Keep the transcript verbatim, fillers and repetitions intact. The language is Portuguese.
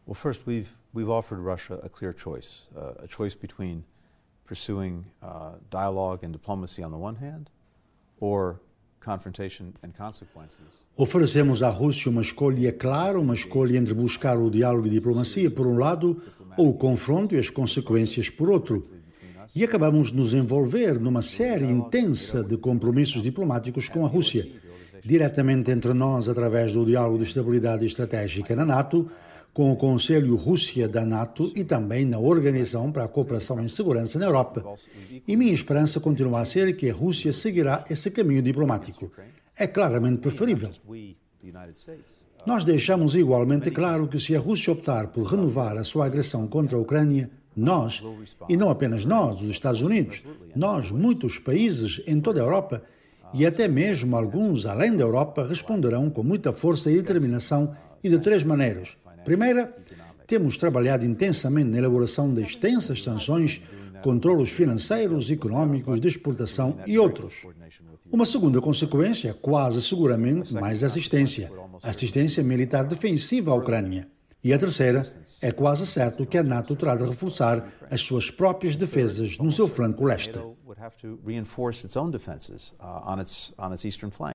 Well, first, we've we've offered Russia a clear choice, uh, a choice between pursuing uh, dialogue and diplomacy on the one hand, or confrontation and consequences. Oferecemos à Rússia uma escolha clara, uma escolha entre buscar o diálogo e diplomacia por um lado, ou o confronto e as consequências por outro. E acabamos de nos envolver numa série intensa de compromissos diplomáticos com a Rússia, diretamente entre nós através do diálogo de estabilidade estratégica na NATO, com o Conselho Rússia da NATO e também na Organização para a Cooperação em Segurança na Europa. E minha esperança continua a ser que a Rússia seguirá esse caminho diplomático. É claramente preferível. Nós deixamos igualmente claro que se a Rússia optar por renovar a sua agressão contra a Ucrânia, nós, e não apenas nós, os Estados Unidos, nós, muitos países em toda a Europa, e até mesmo alguns além da Europa, responderão com muita força e determinação e de três maneiras. Primeira, temos trabalhado intensamente na elaboração de extensas sanções, controlos financeiros, econômicos, de exportação e outros. Uma segunda consequência, quase seguramente, mais assistência. Assistência militar defensiva à Ucrânia. E a terceira, é quase certo que a NATO terá de reforçar as suas próprias defesas no seu flanco leste.